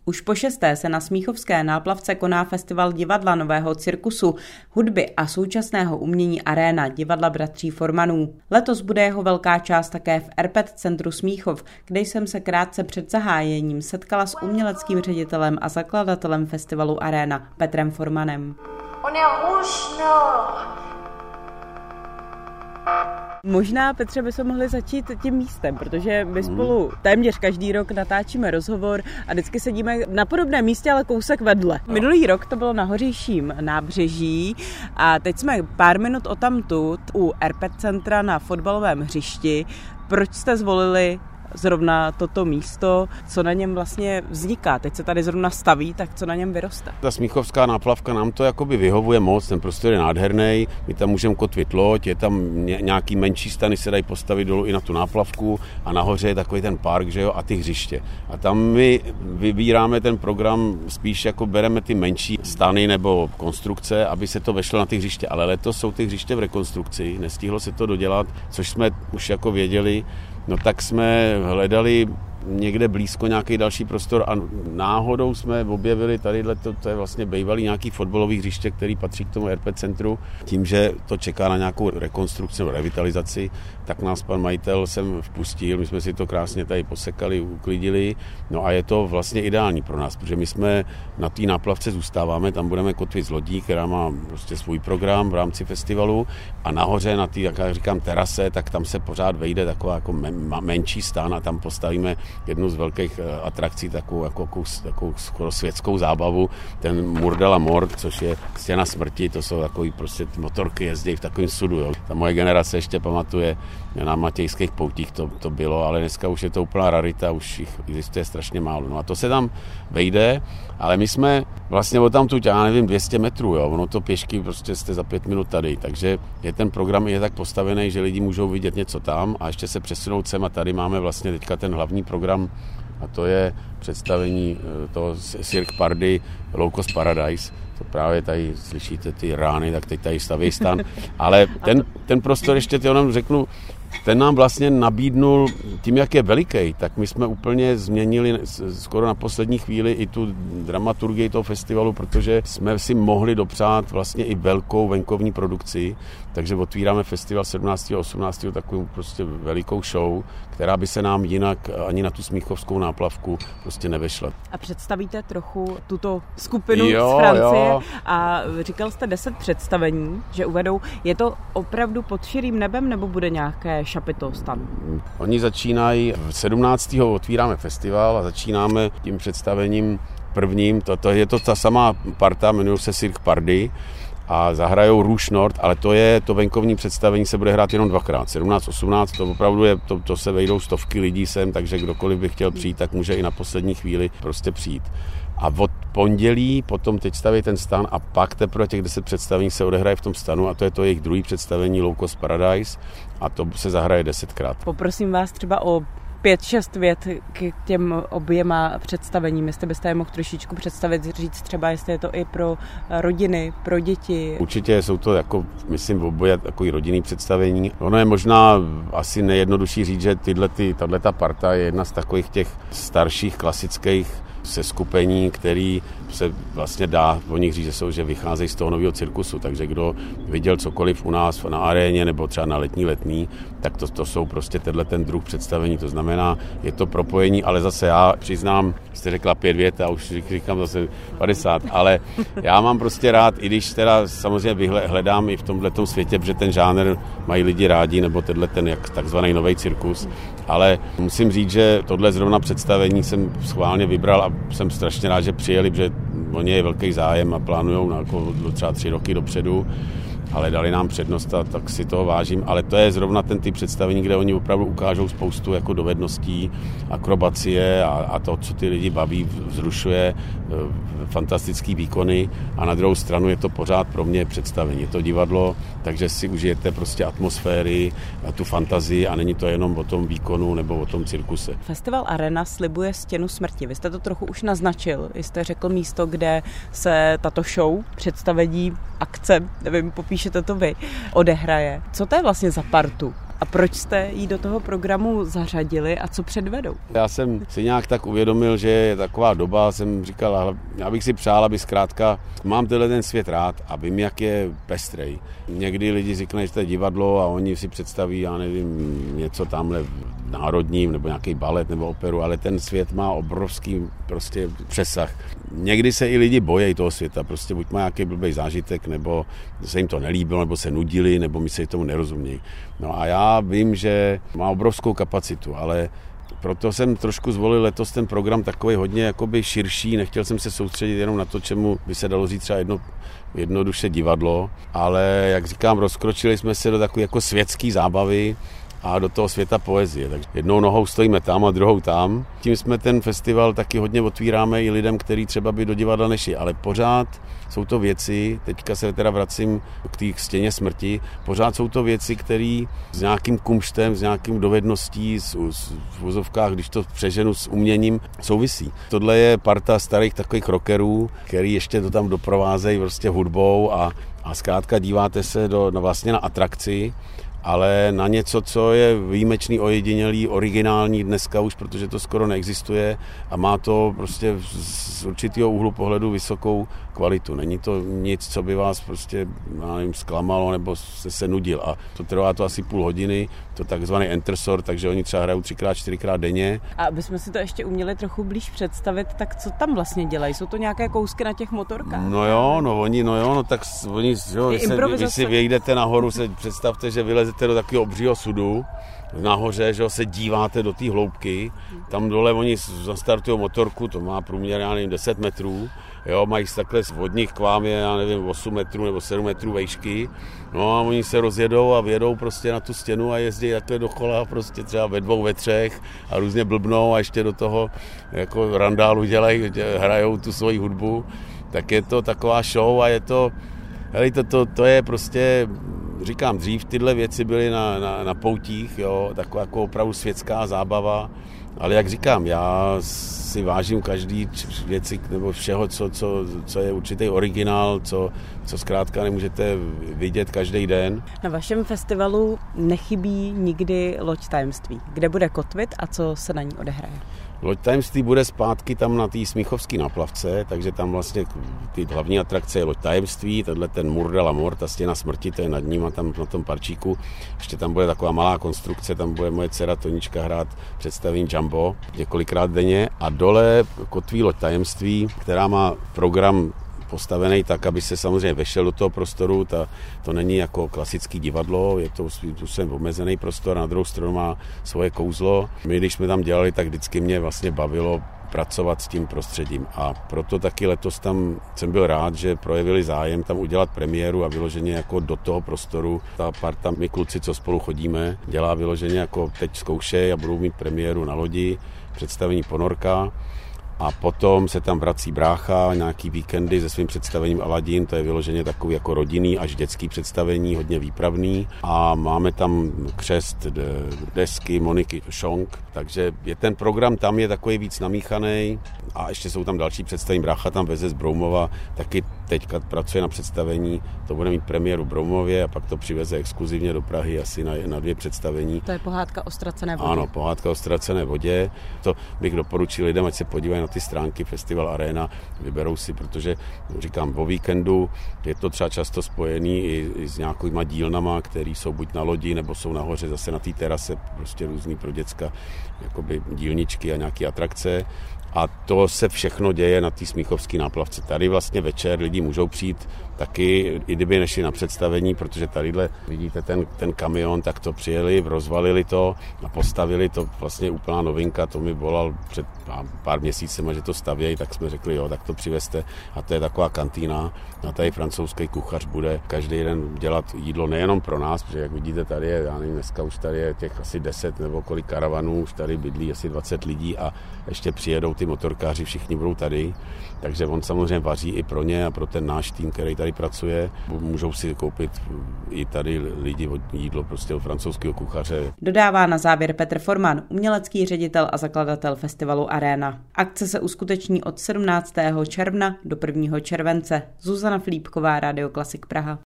Už po 6. se na smíchovské náplavce koná festival divadla, nového cirkusu, hudby a současného umění Aréna divadla bratří Formanů. Letos bude jeho velká část také v Erpet centru Smíchov, kde jsem se krátce před zahájením setkala s uměleckým ředitelem a zakladatelem festivalu Aréna Petrem Formanem. On je rušno. Možná, Petře, bychom mohli začít tím místem, protože my spolu téměř každý rok natáčíme rozhovor a vždycky sedíme na podobném místě, ale kousek vedle. Minulý rok to bylo na Hořejším nábřeží a teď jsme pár minut odtamtud u Erpet centra na fotbalovém hřišti. Proč jste zvolili zrovna toto místo, co na něm vlastně vzniká? Teď se tady zrovna staví, tak co na něm vyroste? Ta smíchovská náplavka nám to jakoby vyhovuje moc, ten prostor je nádherný, my tam můžeme kotvit loď, je tam nějaký menší stany, se dají postavit dolů i na tu náplavku a nahoře je takový ten park, že jo, a ty hřiště. A tam my vybíráme ten program, spíš jako bereme ty menší stany nebo konstrukce, aby se to vešlo na ty hřiště, ale letos jsou ty hřiště v rekonstrukci, nestihlo se to dodělat, což jsme už jako věděli. No tak jsme hledali někde blízko nějaký další prostor a náhodou jsme objevili tadyhle, to je vlastně bývalý nějaký fotbalový hřiště, který patří k tomu Erpet centru. Tím, že to čeká na nějakou rekonstrukci nebo revitalizaci, tak nás pan majitel sem vpustil, my jsme si to krásně tady posekali, uklidili, no a je to vlastně ideální pro nás, protože my jsme na té náplavce zůstáváme, tam budeme kotvit z lodí, která má prostě svůj program v rámci festivalu a nahoře na té, jak já říkám, terase, tak tam se pořád vejde taková jako menší stán a tam postavíme jednu z velkých atrakcí, takovou skoro světskou zábavu, ten Murdela Mord, což je stěna smrti, to jsou takový prostě motorky jezdí v takovém sudu. Jo. Ta moje generace ještě pamatuje, na Matějských poutích to bylo, ale dneska už je to úplná rarita, už jich existuje strašně málo. No a to se tam vejde, ale my jsme vlastně od tamtud, já nevím, 200 metrů, jo. Ono to pěšky prostě jste za 5 minut tady, takže ten program je tak postavený, že lidi můžou vidět něco tam a ještě se přesunout sem a tady máme vlastně teďka ten hlavní program a to je představení toho Cirque Pardy Low Cost Paradise. To právě tady slyšíte ty rány, tak teď tady staví stan. Ale ten prostor ještě, řeknu, ten nám vlastně nabídnul, tím, jak je veliký, tak my jsme úplně změnili skoro na poslední chvíli i tu dramaturgii toho festivalu, protože jsme si mohli dopřát vlastně i velkou venkovní produkci, takže otvíráme festival 17. a 18. takovou prostě velikou show, která by se nám jinak ani na tu smíchovskou náplavku prostě nevešla. A představíte trochu tuto skupinu z Francie a říkal jste 10 představení, že uvedou. Je to opravdu pod širým nebem nebo bude nějaké šapito stan? Oni začínají, 17. otvíráme festival a začínáme tím představením prvním, to je to ta samá parta, jmenuje se Cirque Pardy a zahrajou Rouge Nord, ale to venkovní představení se bude hrát jenom dvakrát, 17, 18, to opravdu je, to se vejdou stovky lidí sem, takže kdokoliv by chtěl přijít, tak může i na poslední chvíli prostě přijít. A od pondělí potom teď staví ten stan a pak teprve těch 10 představení se odehraje v tom stanu a to je to jejich druhý představení Low Cost Paradise a to se zahraje 10krát. Poprosím vás třeba o 5-6 vět k těm oběma představením, jestli byste je mohl trošičku představit, říct třeba, jestli je to i pro rodiny, pro děti. Určitě jsou to, jako, myslím, oboje takový rodinný představení. Ono je možná asi nejjednodušší říct, že tato parta je jedna z takových těch starších klasických seskupení, který se vlastně dá o nich říct, že vycházejí z toho nového cirkusu, takže kdo viděl cokoliv u nás na aréně nebo třeba na letní, tak to jsou prostě ten druh představení, to znamená, je to propojení, ale zase já přiznám, jste řekla 5 vět a už říkám zase 50, ale já mám prostě rád, i když teda samozřejmě hledám i v tomhletom světě, protože ten žánr mají lidi rádi, nebo ten jak takzvaný nový cirkus, ale musím říct, že tohle zrovna představení jsem schválně vybral a jsem strašně rád, že přijeli, protože oni je velký zájem a plánujou na třeba 3 roky dopředu, ale dali nám přednost a tak si toho vážím, ale to je zrovna ten typ představení, kde oni opravdu ukážou spoustu jako dovedností, akrobacie a to, co ty lidi baví, vzrušuje, fantastický výkony a na druhou stranu je to pořád pro mě představení. Je to divadlo, takže si užijete prostě atmosféry, tu fantazii a není to jenom o tom výkonu nebo o tom cirkuse. Festival Arena slibuje stěnu smrti. Vy jste to trochu už naznačil. Jste řekl místo, kde se tato show, představení, akce, nevím, popíšete to vy, odehraje. Co to je vlastně za partu? a proč jste ji do toho programu zařadili a co předvedou? Já jsem si nějak tak uvědomil, že je taková doba, jsem říkal, já bych si přál, aby zkrátka, mám tenhle ten svět rád a vím, jak je pestrej. Někdy lidi říkají, že to je divadlo a oni si představí, já nevím, něco tamhle národním nebo nějaký balet nebo operu, ale ten svět má obrovský prostě přesah. Někdy se i lidi bojí toho světa, prostě buď má nějaký blbý zážitek, nebo se jim to nelíbilo, nebo se nudili, nebo mi se tomu nerozumějí. No a já vím, že má obrovskou kapacitu, ale proto jsem trošku zvolil letos ten program takový hodně jakoby širší, nechtěl jsem se soustředit jenom na to, čemu by se dalo říct třeba jednoduše divadlo, ale jak říkám, rozkročili jsme se do takové jako světské zábavy a do toho světa poezie. Takže jednou nohou stojíme tam a druhou tam. Tím jsme ten festival taky hodně otvíráme i lidem, kteří třeba by do divadla nešli, ale pořád jsou to věci, teďka se teda vracím k té stěně smrti, pořád jsou to věci, které s nějakým kumštem, s nějakým dovedností, v vozovkách, když to přeženu s uměním, souvisí. Tohle je parta starých takových rockerů, který ještě to tam doprovázejí prostě hudbou a zkrátka díváte se vlastně na atrakci, ale na něco, co je výjimečný, ojedinělý, originální dneska už, protože to skoro neexistuje a má to prostě z určitého úhlu pohledu vysokou kvalitu. Není to nic, co by vás prostě, já nevím, zklamalo nebo se nudil. A to trvá to asi půl hodiny, to takzvaný Entersort, takže oni třeba hrajou 3x, 4x denně. A abychom si to ještě uměli trochu blíž představit, tak co tam vlastně dělají? Jsou to nějaké kousky na těch motorkách? Tak oni, vy si vyjdete nahoru, se představte, že vylezete do takového obřího sudu, nahoře, že se díváte do té hloubky, tam dole oni zastartují motorku, to má průměr, já nevím, 10 metrů, jo, mají takhle z vodních k vám je, já nevím, 8 metrů nebo 7 metrů vejšky, no a oni se rozjedou a vjedou prostě na tu stěnu a jezdí takhle dokola, prostě třeba ve 2, ve 3 a různě blbnou a ještě do toho jako randálu hrajou tu svoji hudbu, tak je to taková show a je to, to je prostě, říkám, dřív tyhle věci byly na poutích, jo, taková jako opravdu světská zábava, ale jak říkám, já si vážím každý věci nebo všeho, co je určitý originál, co zkrátka nemůžete vidět každý den. Na vašem festivalu nechybí nikdy Loď tajemství. Kde bude kotvit a co se na ní odehraje? Loď tajemství bude zpátky tam na té Smíchovské náplavce, takže tam vlastně ty hlavní atrakce je Loď tajemství, tenhle ten Mur de la Mort, ta stěna smrti, to je nad ním a tam na tom parčíku. Ještě tam bude taková malá konstrukce, tam bude moje dcera Tonička hrát představení Jumbo několikrát denně a dole kotví Loď tajemství, která má program postavený tak, aby se samozřejmě vešel do toho prostoru. To není jako klasický divadlo, je to svým omezený prostor, na druhou stranu má svoje kouzlo. My, když jsme tam dělali, tak vždycky mě vlastně bavilo pracovat s tím prostředím a proto taky letos tam jsem byl rád, že projevili zájem tam udělat premiéru a vyloženě jako do toho prostoru. Ta parta, my kluci, co spolu chodíme, dělá vyloženě jako teď zkoušej a budou mít premiéru na lodi, představení Ponorka. A potom se tam vrací brácha, nějaký víkendy se svým představením Aladin, to je vyloženě takový jako rodinný až dětský představení, hodně výpravný. A máme tam křest desky Moniky Šonk, takže ten program tam je takový víc namíchaný. A ještě jsou tam další představení, brácha tam veze z Broumova, taky teďka pracuje na představení, to bude mít premiéru v Broumově a pak to přiveze exkluzivně do Prahy asi na 2 představení. To je Pohádka o ztracené vodě. Ano, Pohádka o ztracené vodě. To bych doporučil lidem, ať se podívají na ty stránky Festival Arena, vyberou si, protože říkám, o víkendu je to třeba často spojený i s nějakýma dílnama, které jsou buď na lodi, nebo jsou nahoře zase na té terase, prostě různý pro děcka, jakoby dílničky a nějaké atrakce. A to se všechno děje na té Smíchovské náplavce. Tady vlastně večer lidi můžou přijít taky, i kdyby nešli na představení, protože tadyhle vidíte ten kamion, tak to přijeli, rozvalili to a postavili to, vlastně úplná novinka, to mi volal před pár měsícema, že to stavějí, tak jsme řekli, jo, tak to přivezte a to je taková kantýna a tady francouzský kuchař bude každý den dělat jídlo nejenom pro nás, protože jak vidíte tady je, já nevím, dneska už tady je těch asi 10 nebo kolik karavanů, už tady bydlí asi 20 lidí a ještě přijedou ty motorkáři, všichni budou tady, takže on samozřejmě vaří i pro ně a pro ten náš tým, který tady pracuje. Můžou si koupit i tady lidi jídlo prostě od francouzského kuchaře. Dodává na závěr Petr Forman, umělecký ředitel a zakladatel festivalu Arena. Akce se uskuteční od 17. června do 1. července. Zuzana Filipková, Radio Klasik Praha.